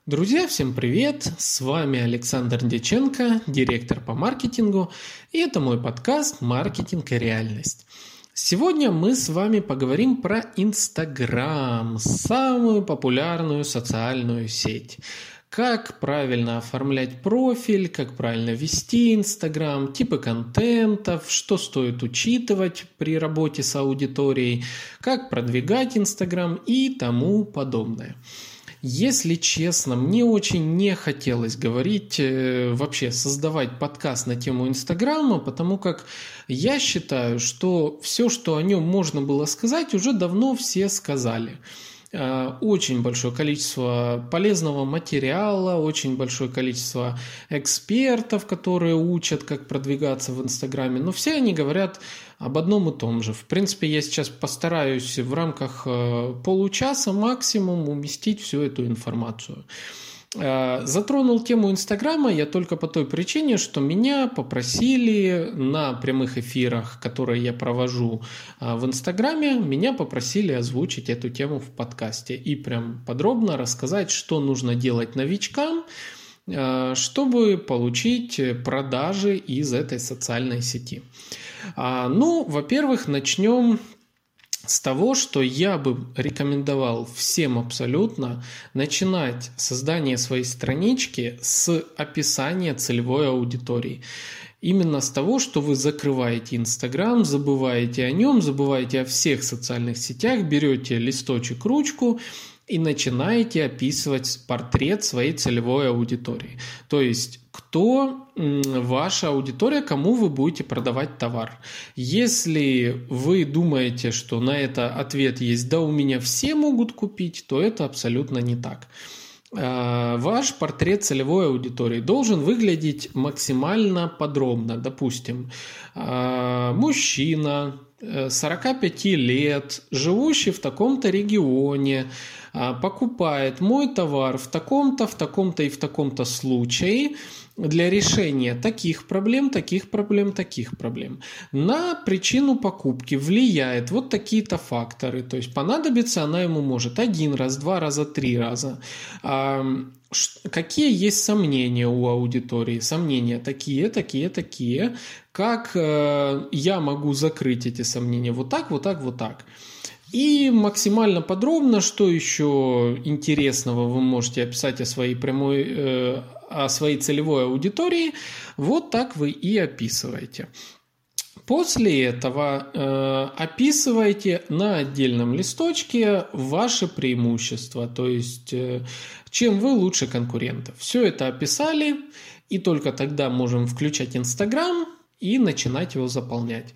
Друзья, всем привет! С вами Александр Дьяченко, директор по маркетингу, и это мой подкаст «Маркетинг и реальность». Сегодня мы с вами поговорим про Инстаграм, самую популярную социальную сеть. Как правильно оформлять профиль, как правильно вести Инстаграм, типы контентов, что стоит учитывать при работе с аудиторией, как продвигать Инстаграм и тому подобное. Если честно, мне очень не хотелось говорить, вообще создавать подкаст на тему Инстаграма, потому как я считаю, что все, что о нем можно было сказать, уже давно все сказали. Очень большое количество полезного материала, очень большое количество экспертов, которые учат, как продвигаться в Инстаграме, но все они говорят об одном и том же. В принципе, я сейчас постараюсь в рамках получаса максимум уместить всю эту информацию. Затронул тему Инстаграма я только по той причине, что меня попросили на прямых эфирах, которые я провожу в Инстаграме, меня попросили озвучить эту тему в подкасте и прям подробно рассказать, что нужно делать новичкам, чтобы получить продажи из этой социальной сети. Во-первых, начнем с того, что я бы рекомендовал всем абсолютно начинать создание своей странички с описания целевой аудитории. Именно с того, что вы закрываете Инстаграм, забываете о нем, забываете о всех социальных сетях, берете листочек, ручку и начинаете описывать портрет своей целевой аудитории. То есть, кто ваша аудитория, кому вы будете продавать товар. Если вы думаете, что на это ответ есть «да, у меня все могут купить», то это абсолютно не так. Ваш портрет целевой аудитории должен выглядеть максимально подробно. Допустим, мужчина 45 лет, живущий в таком-то регионе, покупает мой товар в таком-то, в таком-то и в таком-то случае для решения таких проблем, таких проблем, таких проблем. На причину покупки влияет вот такие-то факторы. То есть понадобится она ему может 1 раз, 2 раза, 3 раза. Какие есть сомнения у аудитории? Сомнения такие, такие, такие. Как я могу закрыть эти сомнения? Вот так, вот так, вот так. И максимально подробно, что еще интересного вы можете описать о своей целевой аудитории, вот так вы и описываете. После этого описывайте на отдельном листочке ваши преимущества, то есть чем вы лучше конкурентов. Все это описали, и только тогда можем включать Инстаграм и начинать его заполнять.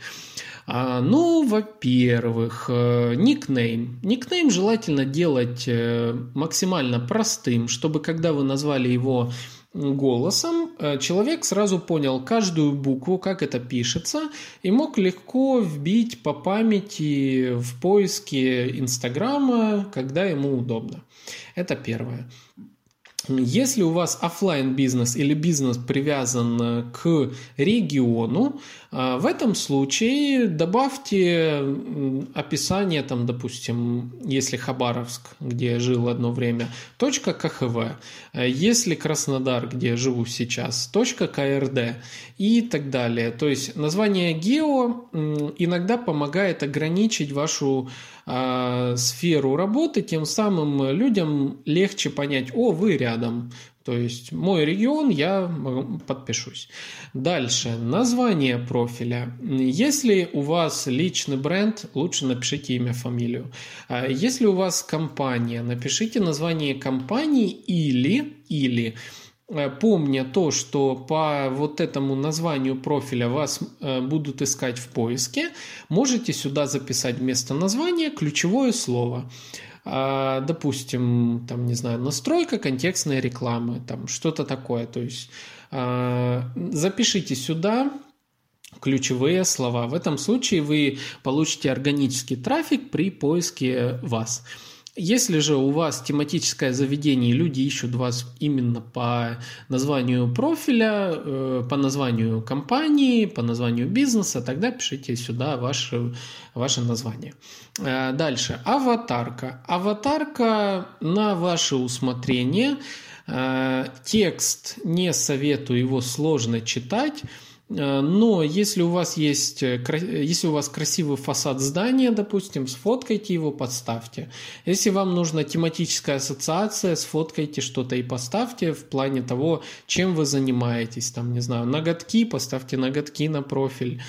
Во-первых, никнейм. Никнейм желательно делать максимально простым, чтобы когда вы назвали его голосом, человек сразу понял каждую букву, как это пишется, и мог легко вбить по памяти в поиске Инстаграма, когда ему удобно. Это первое. Если у вас офлайн бизнес или бизнес привязан к региону, в этом случае добавьте описание, там, допустим, если Хабаровск, где я жил одно время, .кхв, если Краснодар, где я живу сейчас, .крд и так далее. То есть название гео иногда помогает ограничить вашу сферу работы, тем самым людям легче понять: о, вы рядом, то есть мой регион, я подпишусь. Дальше, название профиля. Если у вас личный бренд, лучше напишите имя, фамилию. Если у вас компания, напишите название компании или помня то, что по вот этому названию профиля вас будут искать в поиске, можете сюда записать вместо названия ключевое слово. Допустим, там, не знаю, настройка контекстной рекламы, там что-то такое. То есть запишите сюда ключевые слова. В этом случае вы получите органический трафик при поиске вас. Если же у вас тематическое заведение, и люди ищут вас именно по названию профиля, по названию компании, по названию бизнеса, тогда пишите сюда ваше название. Дальше. Аватарка. Аватарка на ваше усмотрение. Текст не советую, его сложно читать. Но если у вас красивый фасад здания, допустим, сфоткайте его, подставьте. Если вам нужна тематическая ассоциация, сфоткайте что-то и поставьте в плане того, чем вы занимаетесь. Там, не знаю, ноготки, поставьте ноготки на профиль.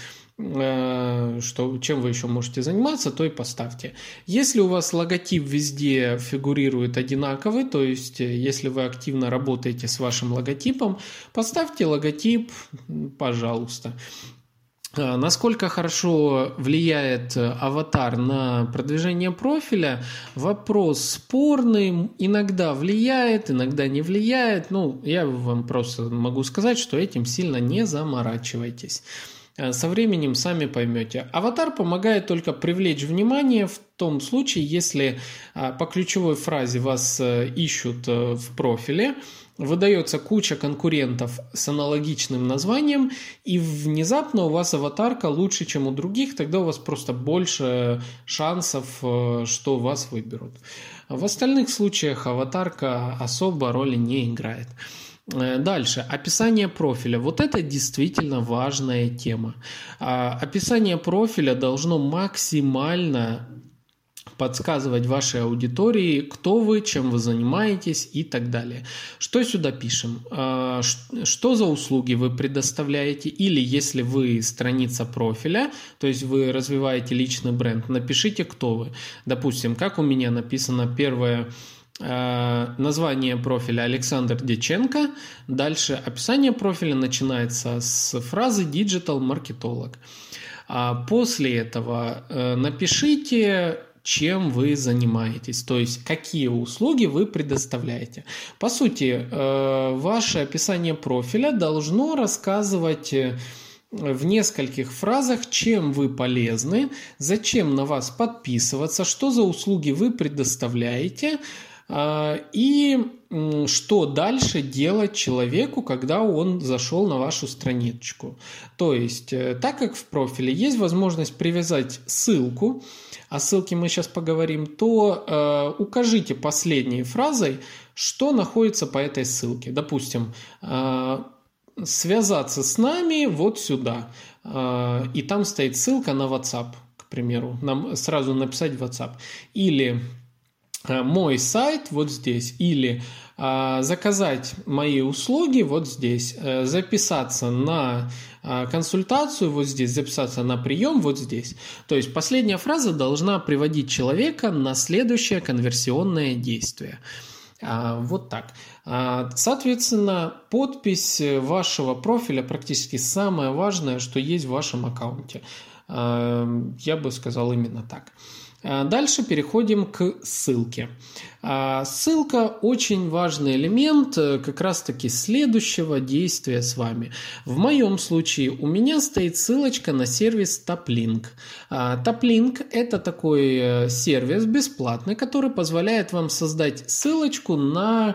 Чем вы еще можете заниматься, то и поставьте. Если у вас логотип везде фигурирует одинаковый, то есть если вы активно работаете с вашим логотипом, поставьте логотип, пожалуйста. Насколько хорошо влияет аватар на продвижение профиля, вопрос спорный, иногда влияет, иногда не влияет. Я вам просто могу сказать, что этим сильно не заморачивайтесь. Со временем сами поймете. Аватар помогает только привлечь внимание в том случае, если по ключевой фразе вас ищут в профиле, выдается куча конкурентов с аналогичным названием, и внезапно у вас аватарка лучше, чем у других, тогда у вас просто больше шансов, что вас выберут. В остальных случаях аватарка особо роли не играет. Дальше. Описание профиля. Вот это действительно важная тема. Описание профиля должно максимально подсказывать вашей аудитории, кто вы, чем вы занимаетесь и так далее. Что сюда пишем? Что за услуги вы предоставляете? Или если вы страница профиля, то есть вы развиваете личный бренд, напишите, кто вы. Допустим, как у меня написано первое название профиля Александр Дьяченко. Дальше описание профиля начинается с фразы «диджитал-маркетолог». После этого напишите, чем вы занимаетесь, то есть какие услуги вы предоставляете. По сути, ваше описание профиля должно рассказывать в нескольких фразах, чем вы полезны, зачем на вас подписываться, что за услуги вы предоставляете, и что дальше делать человеку, когда он зашел на вашу страничку. То есть, так как в профиле есть возможность привязать ссылку, о ссылке мы сейчас поговорим, то укажите последней фразой, что находится по этой ссылке. Допустим, связаться с нами вот сюда. И там стоит ссылка на WhatsApp, к примеру. Нам сразу написать в WhatsApp. Или мой сайт вот здесь, или заказать мои услуги вот здесь, записаться на консультацию вот здесь, записаться на прием вот здесь. То есть последняя фраза должна приводить человека на следующее конверсионное действие. Вот так. Соответственно, подпись вашего профиля практически самое важное, что есть в вашем аккаунте. Я бы сказал именно так. Дальше переходим к ссылке. Ссылка – очень важный элемент как раз-таки следующего действия с вами. В моем случае у меня стоит ссылочка на сервис TopLink. TopLink – это такой сервис бесплатный, который позволяет вам создать ссылочку на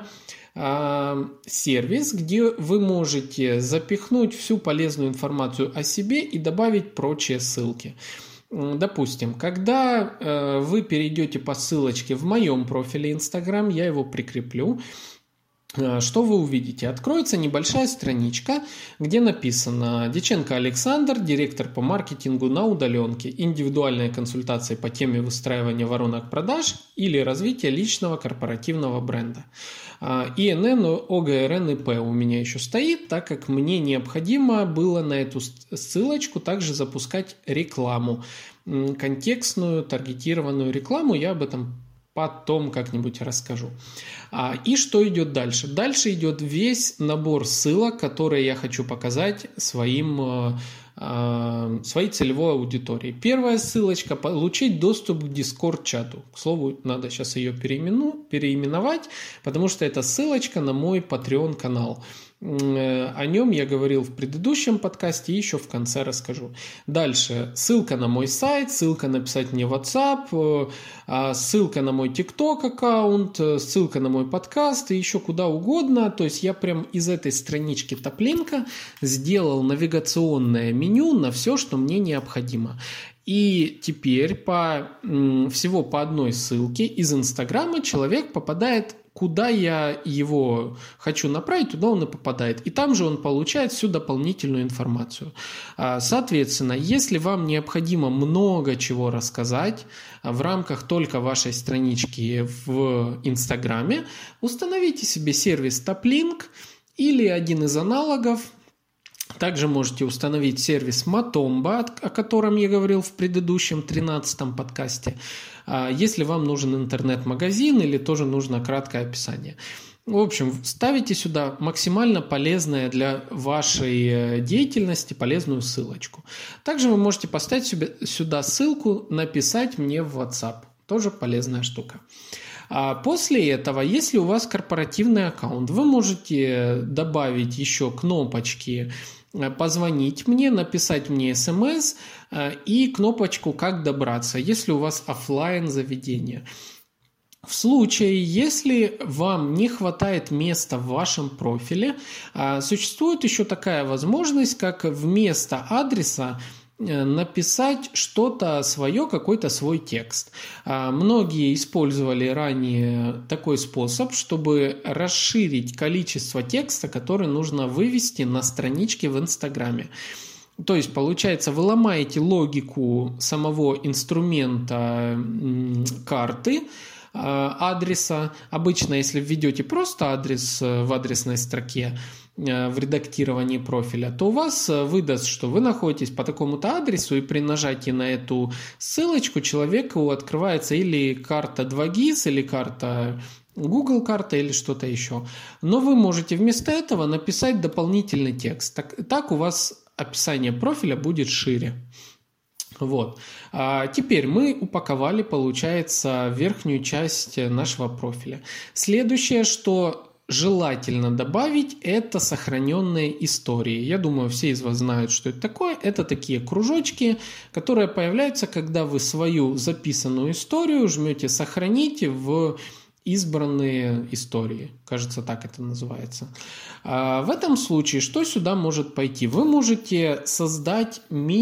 сервис, где вы можете запихнуть всю полезную информацию о себе и добавить прочие ссылки. Допустим, когда вы перейдете по ссылочке в моем профиле Instagram, я его прикреплю, что вы увидите? Откроется небольшая страничка, где написано «Дьяченко Александр, директор по маркетингу на удаленке, индивидуальные консультации по теме выстраивания воронок продаж или развития личного корпоративного бренда». ИНН, ОГРН, ИП у меня еще стоит, так как мне необходимо было на эту ссылочку также запускать рекламу, контекстную, таргетированную рекламу, я об этом потом как-нибудь расскажу. И что идет дальше? Дальше идет весь набор ссылок, которые я хочу показать своей целевой аудитории. Первая ссылочка – получить доступ к Discord-чату. К слову, надо сейчас ее переименовать, потому что это ссылочка на мой Patreon-канал. О нем я говорил в предыдущем подкасте и еще в конце расскажу. Дальше ссылка на мой сайт, ссылка написать мне в WhatsApp, ссылка на мой TikTok аккаунт, ссылка на мой подкаст и еще куда угодно. То есть я прям из этой странички Топлинка сделал навигационное меню на все, что мне необходимо. И теперь всего по одной ссылке из Инстаграма человек попадает, куда я его хочу направить, туда он и попадает. И там же он получает всю дополнительную информацию. Соответственно, если вам необходимо много чего рассказать в рамках только вашей странички в Инстаграме, установите себе сервис Toplink или один из аналогов. Также можете установить сервис Matomba, о котором я говорил в предыдущем 13-м подкасте, если вам нужен интернет-магазин или тоже нужно краткое описание. В общем, ставите сюда максимально полезное для вашей деятельности полезную ссылочку. Также вы можете поставить сюда ссылку «Написать мне в WhatsApp». Тоже полезная штука. После этого, если у вас корпоративный аккаунт, вы можете добавить еще кнопочки «Позвонить мне», «Написать мне смс» и кнопочку «Как добраться», если у вас офлайн заведение. В случае, если вам не хватает места в вашем профиле, существует еще такая возможность, как вместо адреса написать что-то свое, какой-то свой текст. Многие использовали ранее такой способ, чтобы расширить количество текста, который нужно вывести на страничке в Инстаграме. То есть, получается, вы ломаете логику самого инструмента карты, адреса. Обычно, если введете просто адрес в адресной строке в редактировании профиля, то у вас выдаст, что вы находитесь по такому-то адресу, и при нажатии на эту ссылочку человеку открывается или карта 2GIS, или карта Google карта или что-то еще. Но вы можете вместо этого написать дополнительный текст. Так у вас описание профиля будет шире. Вот. Теперь мы упаковали, получается, верхнюю часть нашего профиля. Следующее, что желательно добавить, это сохраненные истории. Я думаю, все из вас знают, что это такое. Это такие кружочки, которые появляются, когда вы свою записанную историю жмете «Сохранить» в избранные истории. Кажется, так это называется. В этом случае что сюда может пойти? Вы можете создать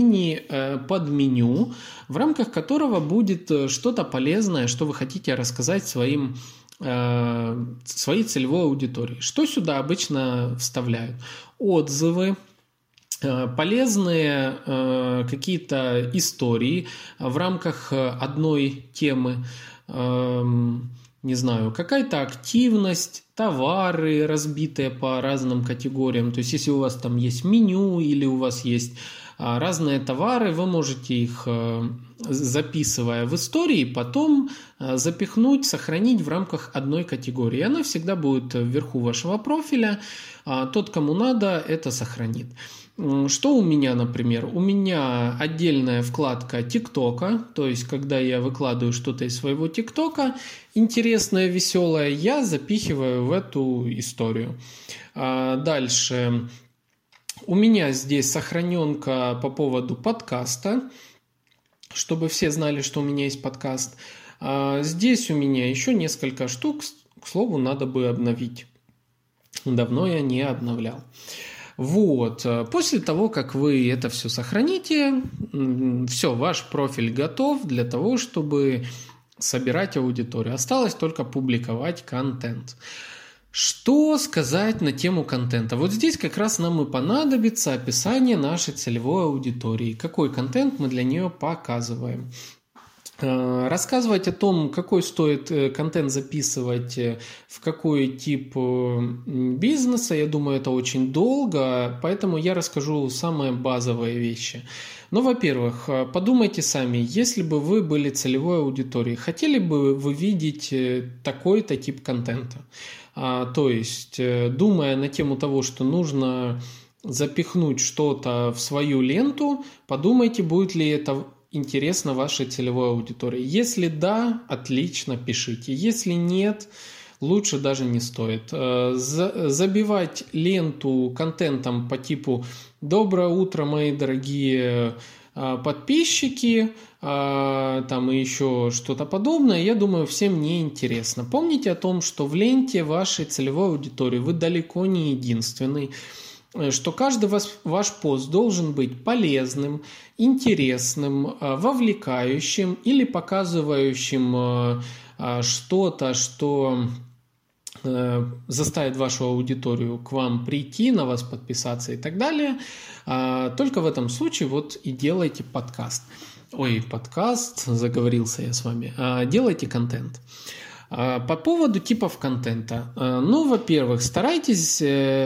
мини-подменю, в рамках которого будет что-то полезное, что вы хотите рассказать своей целевой аудитории. Что сюда обычно вставляют? Отзывы, полезные какие-то истории в рамках одной темы, не знаю, какая-то активность, товары, разбитые по разным категориям. То есть, если у вас там есть меню или у вас есть разные товары, вы можете их, записывая в истории, потом запихнуть, сохранить в рамках одной категории. И она всегда будет вверху вашего профиля. Тот, кому надо, это сохранит. Что у меня, например? У меня отдельная вкладка ТикТока, то есть, когда я выкладываю что-то из своего ТикТока, интересное, веселое, я запихиваю в эту историю. Дальше. У меня здесь сохраненка по поводу подкаста, чтобы все знали, что у меня есть подкаст. Здесь у меня еще несколько штук, к слову, надо бы обновить. Давно я не обновлял. Вот. После того, как вы это все сохраните, все, ваш профиль готов для того, чтобы собирать аудиторию. Осталось только публиковать контент. Что сказать на тему контента? Вот здесь как раз нам и понадобится описание нашей целевой аудитории. Какой контент мы для нее показываем. Рассказывать о том, какой стоит контент записывать, в какой тип бизнеса, я думаю, это очень долго, поэтому я расскажу самые базовые вещи. Ну, во-первых, подумайте сами, если бы вы были целевой аудиторией, хотели бы вы видеть такой-то тип контента? То есть, думая на тему того, что нужно запихнуть что-то в свою ленту, подумайте, будет ли это интересно вашей целевой аудитории. Если да, отлично, пишите. Если нет, лучше даже не стоит. Забивать ленту контентом по типу «Доброе утро, мои дорогие подписчики», там и еще что-то подобное, я думаю, всем не интересно. Помните о том, что в ленте вашей целевой аудитории вы далеко не единственный, что каждый ваш пост должен быть полезным, интересным, вовлекающим или показывающим что-то, что заставит вашу аудиторию к вам прийти, на вас подписаться и так далее. Только в этом случае вот и делайте подкаст. Подкаст, заговорился я с вами. Делайте контент. По поводу типов контента. Во-первых, старайтесь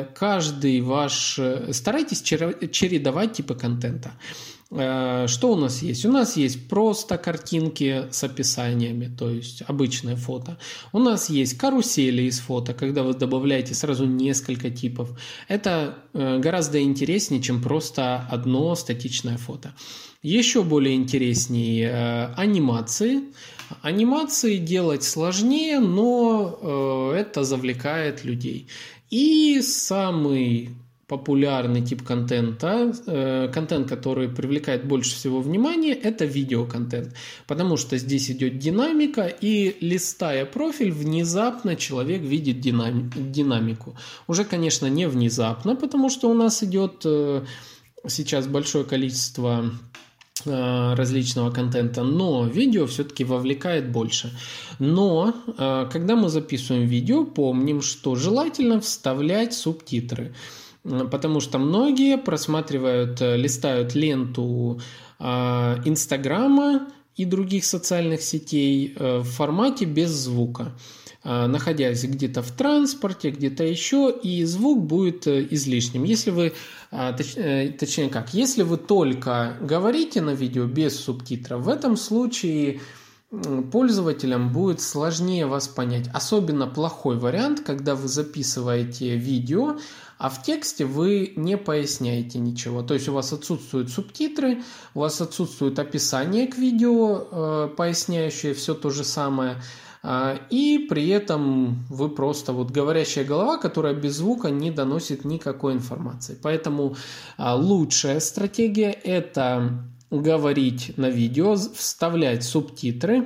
чередовать типы контента. Что у нас есть? У нас есть просто картинки с описаниями, то есть обычное фото. У нас есть карусели из фото, когда вы добавляете сразу несколько типов. Это гораздо интереснее, чем просто одно статичное фото. Еще более интереснее анимации. Анимации делать сложнее, но это завлекает людей. И самый популярный тип контента, контент, который привлекает больше всего внимания, это видеоконтент. Потому что здесь идет динамика, и листая профиль, внезапно человек видит динамику. Уже, конечно, не внезапно, потому что у нас идет сейчас большое количество различного контента, но видео все-таки вовлекает больше. Но когда мы записываем видео, помним, что желательно вставлять субтитры, потому что многие листают ленту Инстаграма и других социальных сетей в формате без звука, находясь где-то в транспорте, где-то еще, и звук будет излишним. Если вы, если вы только говорите на видео без субтитров, в этом случае пользователям будет сложнее вас понять. Особенно плохой вариант, когда вы записываете видео, а в тексте вы не поясняете ничего. То есть у вас отсутствуют субтитры, у вас отсутствует описание к видео, поясняющее все то же самое, и при этом вы просто говорящая голова, которая без звука не доносит никакой информации. Поэтому лучшая стратегия – это говорить на видео, вставлять субтитры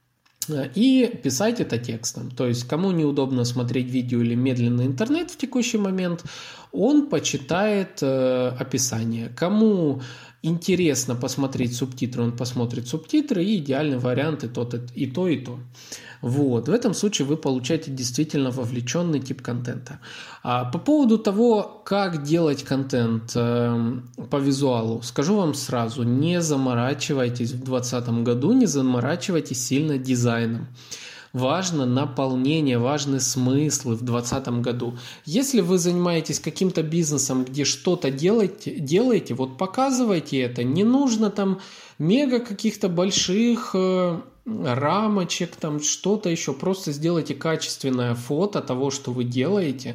и писать это текстом. То есть, кому неудобно смотреть видео или медленный интернет в текущий момент, он почитает описание. Кому интересно посмотреть субтитры, он посмотрит субтитры, и идеальный вариант и то, и то. В этом случае вы получаете действительно вовлеченный тип контента. По поводу того, как делать контент по визуалу, скажу вам сразу, не заморачивайтесь в 2020 году, не заморачивайтесь сильно дизайном. Важно наполнение, важны смыслы в 2020 году. Если вы занимаетесь каким-то бизнесом, где что-то делаете, показывайте это. Не нужно там мега каких-то больших рамочек, там что-то еще. Просто сделайте качественное фото того, что вы делаете.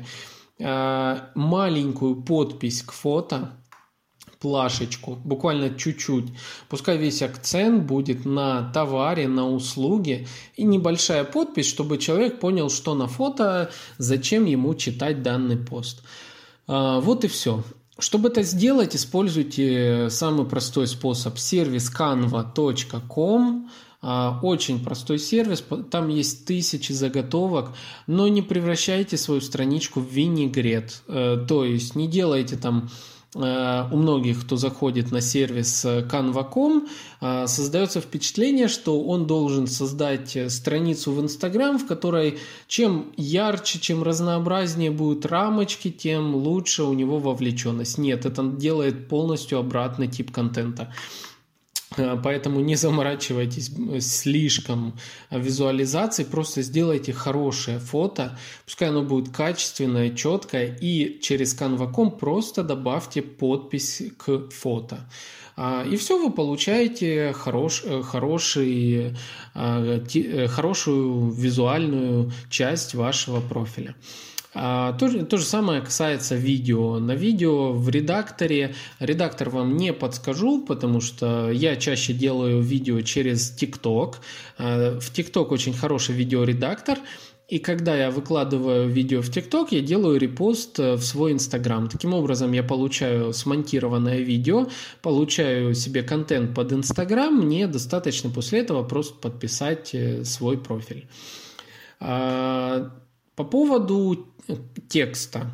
Маленькую подпись к фото, плашечку, буквально чуть-чуть. Пускай весь акцент будет на товаре, на услуге, и небольшая подпись, чтобы человек понял, что на фото, зачем ему читать данный пост. Вот и все. Чтобы это сделать, используйте самый простой способ. Сервис canva.com. Очень простой сервис, там есть тысячи заготовок, но не превращайте свою страничку в винегрет. То есть не делайте там, у многих, кто заходит на сервис canva.com, создается впечатление, что он должен создать страницу в Instagram, в которой чем ярче, чем разнообразнее будут рамочки, тем лучше у него вовлеченность. Нет, это делает полностью обратный тип контента. Поэтому не заморачивайтесь слишком визуализацией, просто сделайте хорошее фото, пускай оно будет качественное, четкое, и через Canva.com просто добавьте подпись к фото. И все, вы получаете хорошую визуальную часть вашего профиля. То же самое касается видео. На видео в редактор вам не подскажу, потому что я чаще делаю видео через TikTok. В TikTok очень хороший видеоредактор. И когда я выкладываю видео в TikTok, я делаю репост в свой Instagram. Таким образом, я получаю смонтированное видео, получаю себе контент под Instagram. Мне достаточно после этого просто подписать свой профиль. По поводу текста.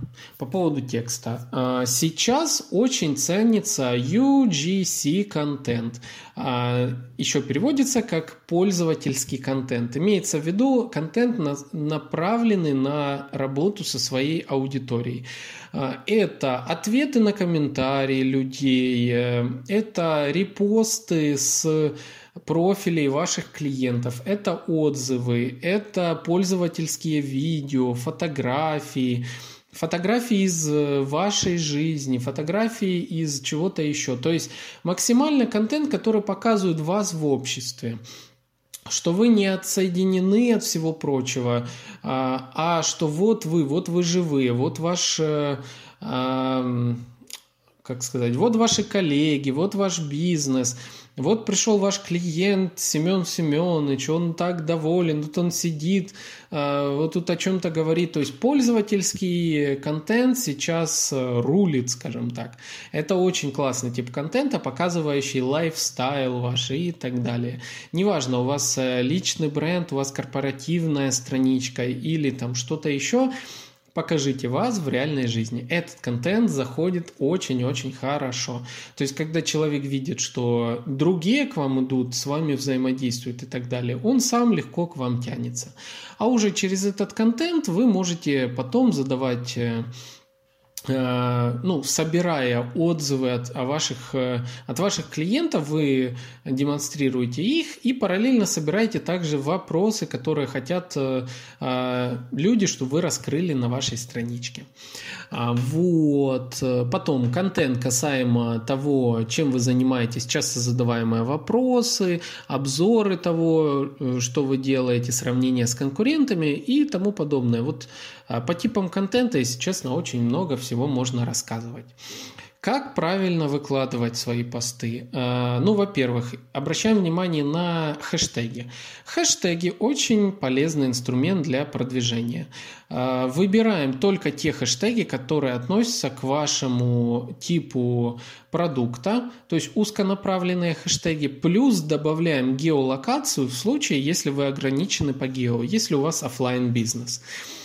Сейчас очень ценится UGC контент. Еще переводится как пользовательский контент. Имеется в виду контент, направленный на работу со своей аудиторией. Это ответы на комментарии людей, это репосты с профилей ваших клиентов, это отзывы, это пользовательские видео, фотографии из вашей жизни, фотографии из чего-то еще. То есть максимально контент, который показывает вас в обществе, что вы не отсоединены от всего прочего, а что вот вы живые, вот ваш... вот ваши коллеги, вот ваш бизнес, вот пришел ваш клиент Семен Семенович, он так доволен, тут он сидит, вот тут о чем-то говорит. То есть пользовательский контент сейчас рулит, скажем так. Это очень классный тип контента, показывающий лайфстайл ваш и так далее. Неважно, у вас личный бренд, у вас корпоративная страничка или там что-то еще. Покажите вас в реальной жизни. Этот контент заходит очень-очень хорошо. То есть, когда человек видит, что другие к вам идут, с вами взаимодействуют и так далее, он сам легко к вам тянется. А уже через этот контент вы можете потом задавать... собирая отзывы от ваших клиентов, вы демонстрируете их и параллельно собираете также вопросы, которые хотят люди, чтобы вы раскрыли на вашей страничке. Потом контент касаемо того, чем вы занимаетесь, часто задаваемые вопросы, обзоры того, что вы делаете, сравнение с конкурентами и тому подобное. По типам контента, если честно, очень много всего можно рассказывать. Как правильно выкладывать свои посты? Во-первых, обращаем внимание на хэштеги. Хэштеги – очень полезный инструмент для продвижения. Выбираем только те хэштеги, которые относятся к вашему типу продукта, то есть узконаправленные хэштеги, плюс добавляем геолокацию в случае, если вы ограничены по гео, если у вас офлайн бизнес.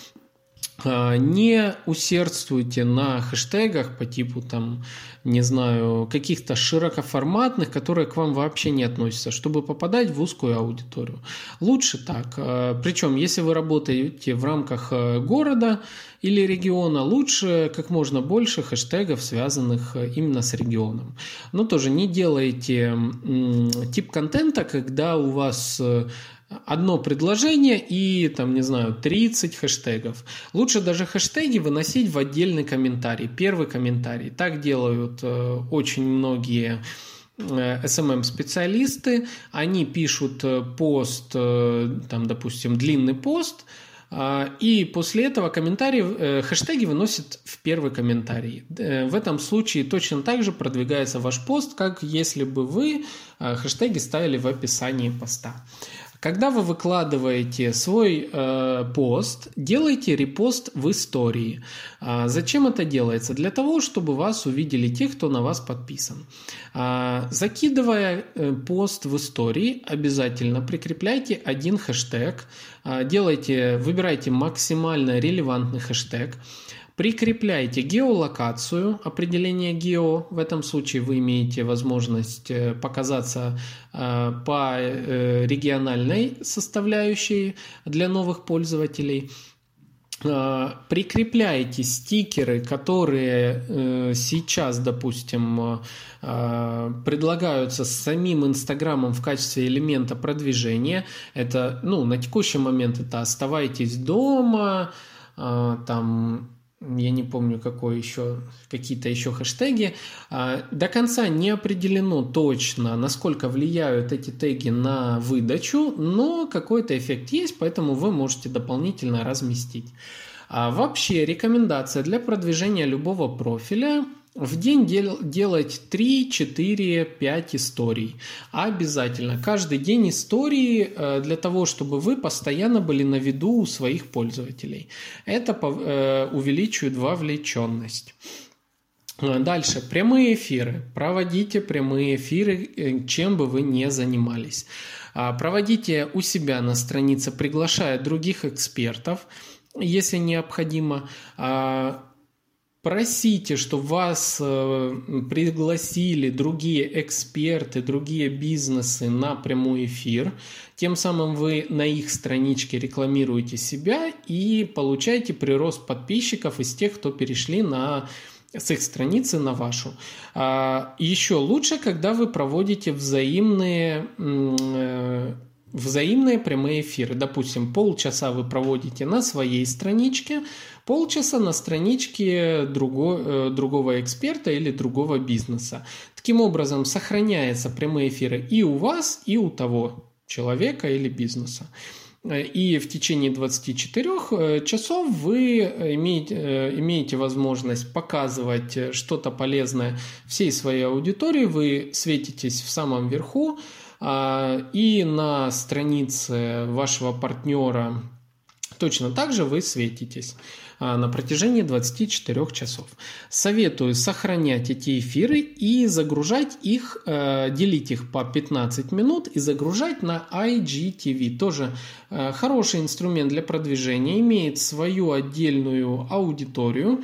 Не усердствуйте на хэштегах по типу каких-то широкоформатных, которые к вам вообще не относятся, чтобы попадать в узкую аудиторию. Лучше так. Причем, если вы работаете в рамках города или региона, лучше как можно больше хэштегов, связанных именно с регионом. Но тоже не делайте тип контента, когда у вас одно предложение и 30 хэштегов. Лучше даже хэштеги выносить в отдельный комментарий, первый комментарий. Так делают очень многие SMM-специалисты. Они пишут пост, допустим, длинный пост, и после этого хэштеги выносят в первый комментарий. В этом случае точно так же продвигается ваш пост, как если бы вы хэштеги ставили в описании поста. Когда вы выкладываете свой пост, делайте репост в истории. Зачем это делается? Для того, чтобы вас увидели те, кто на вас подписан. Закидывая пост в истории, обязательно прикрепляйте один хэштег. Выбирайте максимально релевантный хэштег. Прикрепляйте геолокацию, определение гео. В этом случае вы имеете возможность показаться по региональной составляющей для новых пользователей. Прикрепляйте стикеры, которые сейчас, допустим, предлагаются самим Инстаграмом в качестве элемента продвижения. Это, на текущий момент это «Оставайтесь дома», я не помню, какие-то еще хэштеги. До конца не определено точно, насколько влияют эти теги на выдачу, но какой-то эффект есть, поэтому вы можете дополнительно разместить. Вообще, рекомендация для продвижения любого профиля в день делать 3, 4, 5 историй. Обязательно. Каждый день истории для того, чтобы вы постоянно были на виду у своих пользователей. Это увеличивает вовлеченность. Дальше. Прямые эфиры. Проводите прямые эфиры, чем бы вы ни занимались. Проводите у себя на странице, приглашая других экспертов, если необходимо. Просите, чтобы вас пригласили другие эксперты, другие бизнесы на прямой эфир. Тем самым вы на их страничке рекламируете себя и получаете прирост подписчиков из тех, кто перешли с их страницы на вашу. Еще лучше, когда вы проводите взаимные прямые эфиры. Допустим, полчаса вы проводите на своей страничке, полчаса на страничке другого эксперта или другого бизнеса. Таким образом, сохраняются прямые эфиры и у вас, и у того человека или бизнеса. И в течение 24 часов вы имеете возможность показывать что-то полезное всей своей аудитории. Вы светитесь в самом верху, и на странице вашего партнера точно так же вы светитесь на протяжении 24 часов. Советую сохранять эти эфиры и загружать их, делить их по 15 минут и загружать на IGTV. Тоже хороший инструмент для продвижения, имеет свою отдельную аудиторию.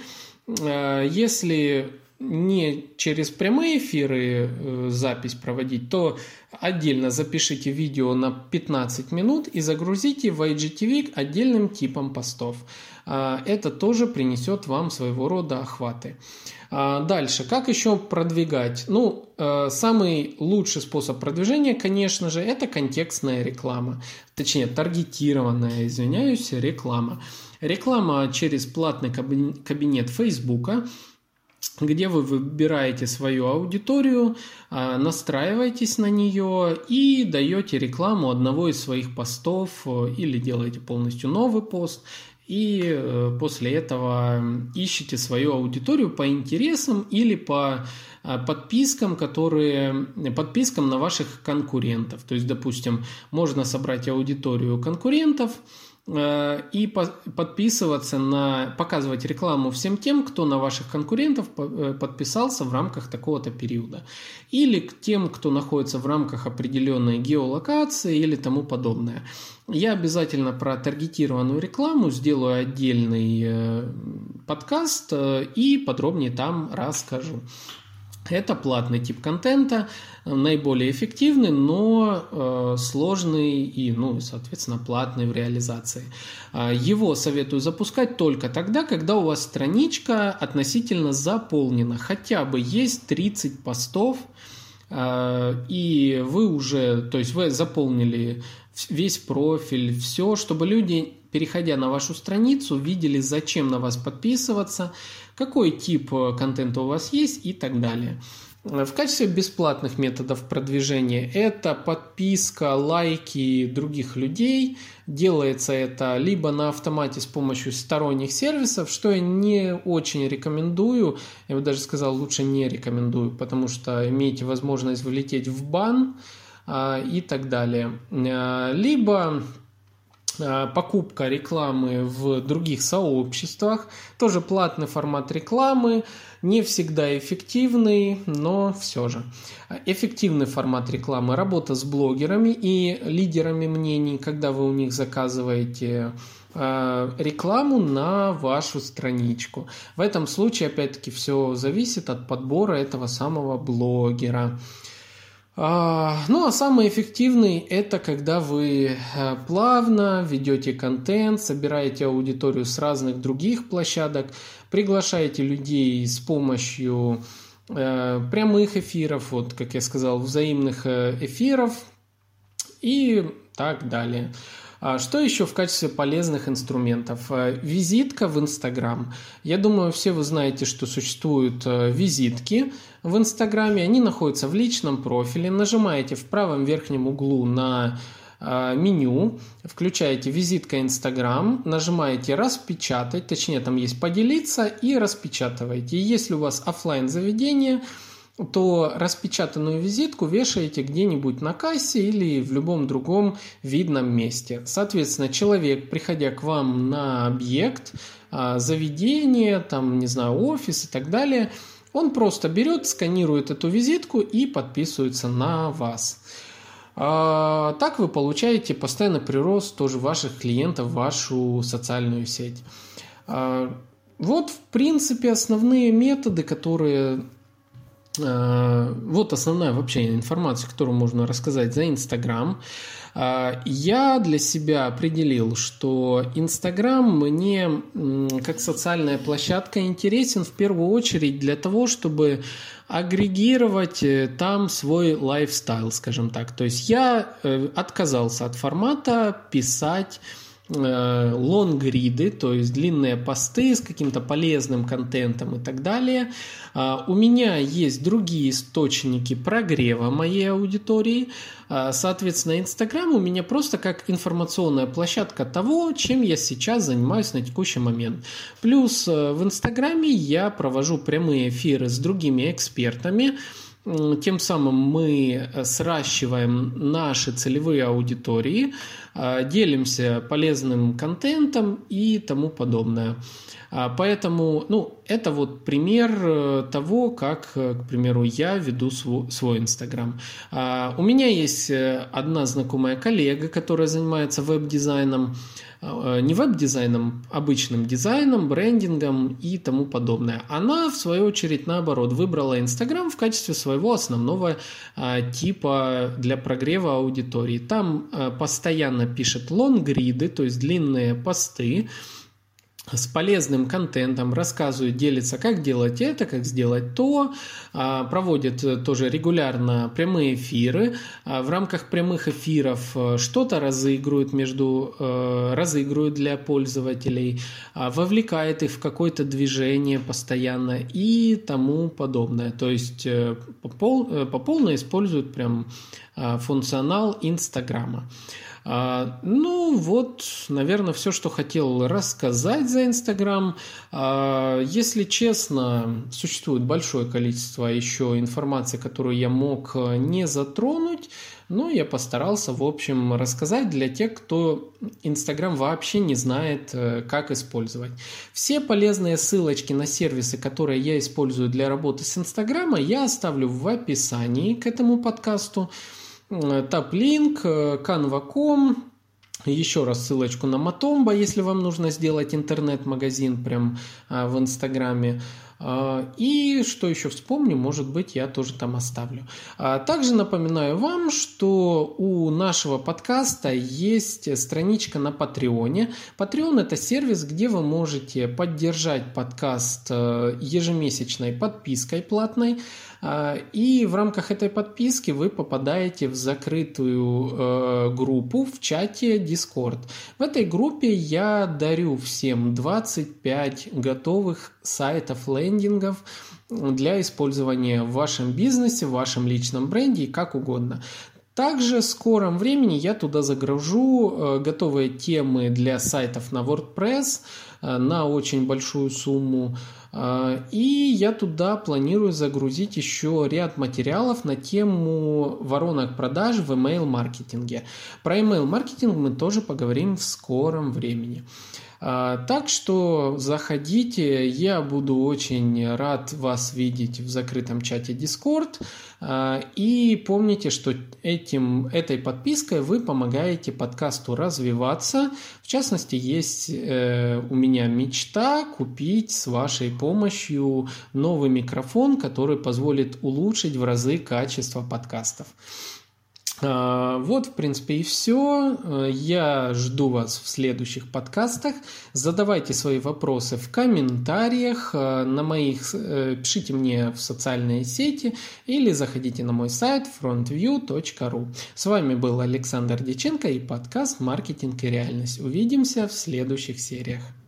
Если не через прямые эфиры запись проводить, то отдельно запишите видео на 15 минут и загрузите в IGTV отдельным типом постов. Это тоже принесет вам своего рода охваты. Дальше, как еще продвигать? Самый лучший способ продвижения, конечно же, это контекстная реклама. Точнее, таргетированная, реклама. Реклама через платный кабинет Фейсбука, где вы выбираете свою аудиторию, настраиваетесь на нее и даете рекламу одного из своих постов или делаете полностью новый пост. И после этого ищите свою аудиторию по интересам или по подпискам на ваших конкурентов. То есть, допустим, можно собрать аудиторию конкурентов и показывать рекламу всем тем, кто на ваших конкурентов подписался в рамках такого-то периода. Или к тем, кто находится в рамках определенной геолокации или тому подобное. Я обязательно про таргетированную рекламу сделаю отдельный подкаст и подробнее там расскажу. Это платный тип контента, наиболее эффективный, но сложный и, соответственно, платный в реализации. Его советую запускать только тогда, когда у вас страничка относительно заполнена. Хотя бы есть 30 постов, и вы заполнили весь профиль, все, чтобы люди, переходя на вашу страницу, видели, зачем на вас подписываться, какой тип контента у вас есть и так далее. В качестве бесплатных методов продвижения это подписка, лайки других людей. Делается это либо на автомате с помощью сторонних сервисов, что я не очень рекомендую. Я бы даже сказал, лучше не рекомендую, потому что имеете возможность влететь в бан и так далее. Либо покупка рекламы в других сообществах, тоже платный формат рекламы, не всегда эффективный, но все же. Эффективный формат рекламы – работа с блогерами и лидерами мнений, когда вы у них заказываете рекламу на вашу страничку. В этом случае, опять-таки, все зависит от подбора этого самого блогера. А самый эффективный – это когда вы плавно ведете контент, собираете аудиторию с разных других площадок, приглашаете людей с помощью прямых эфиров, как я сказал, взаимных эфиров и так далее. Что еще в качестве полезных инструментов? Визитка в Инстаграм. Я думаю, все вы знаете, что существуют визитки в Инстаграме. Они находятся в личном профиле. Нажимаете в правом верхнем углу на меню, включаете визитка Инстаграм, нажимаете распечатать, точнее там есть поделиться и распечатываете. И если у вас офлайн заведение, то распечатанную визитку вешаете где-нибудь на кассе или в любом другом видном месте. Соответственно, человек, приходя к вам на объект, заведение, там, не знаю, офис и так далее, он просто берет, сканирует эту визитку и подписывается на вас. Так вы получаете постоянный прирост тоже ваших клиентов в вашу социальную сеть. Вот, в принципе, основные методы, которые... Вот основная вообще информация, которую можно рассказать за Инстаграм. Я для себя определил, что Инстаграм мне как социальная площадка интересен в первую очередь для того, чтобы агрегировать там свой лайфстайл, скажем так. То есть я отказался от формата писать лонгриды, то есть длинные посты с каким-то полезным контентом и так далее. У меня есть другие источники прогрева моей аудитории. Соответственно, Инстаграм у меня просто как информационная площадка того, чем я сейчас занимаюсь на текущий момент. Плюс в Инстаграме я провожу прямые эфиры с другими экспертами. Тем самым мы сращиваем наши целевые аудитории, делимся полезным контентом и тому подобное. Поэтому, это вот пример того, как, к примеру, я веду свой Инстаграм. У меня есть одна знакомая коллега, которая занимается веб-дизайном, не веб-дизайном, обычным дизайном, брендингом и тому подобное. Она, в свою очередь, наоборот, выбрала Инстаграм в качестве своего основного типа для прогрева аудитории. Там постоянно пишет лонгриды, то есть длинные посты, с полезным контентом, рассказывает, делится, как делать это, как сделать то, проводит тоже регулярно прямые эфиры. В рамках прямых эфиров что-то разыгрывает для пользователей, вовлекает их в какое-то движение постоянно и тому подобное. То есть по полной использует прям функционал Инстаграма. Наверное, все, что хотел рассказать за Инстаграм. Если честно, существует большое количество еще информации, которую я мог не затронуть, но я постарался, в общем, рассказать для тех, кто Инстаграм вообще не знает, как использовать. Все полезные ссылочки на сервисы, которые я использую для работы с Инстаграма, я оставлю в описании к этому подкасту. Таплинк, Canva.com, еще раз ссылочку на Matomba, если вам нужно сделать интернет-магазин прям в Инстаграме. И что еще вспомню, может быть, я тоже там оставлю. Также напоминаю вам, что у нашего подкаста есть страничка на Патреоне. Patreon – это сервис, где вы можете поддержать подкаст ежемесячной подпиской платной. И в рамках этой подписки вы попадаете в закрытую группу в чате Discord. В этой группе я дарю всем 25 готовых сайтов, лендингов для использования в вашем бизнесе, в вашем личном бренде и как угодно. Также в скором времени я туда загружу готовые темы для сайтов на WordPress на очень большую сумму. И я туда планирую загрузить еще ряд материалов на тему воронок продаж в email-маркетинге. Про email-маркетинг мы тоже поговорим в скором времени. Так что заходите, я буду очень рад вас видеть в закрытом чате Discord. И помните, что этой подпиской вы помогаете подкасту развиваться. В частности, есть у меня мечта купить с вашей помощью новый микрофон, который позволит улучшить в разы качество подкастов. Вот, в принципе, и все. Я жду вас в следующих подкастах. Задавайте свои вопросы в комментариях, пишите мне в социальные сети или заходите на мой сайт frontview.ru. С вами был Александр Дьяченко и подкаст «Маркетинг и реальность». Увидимся в следующих сериях.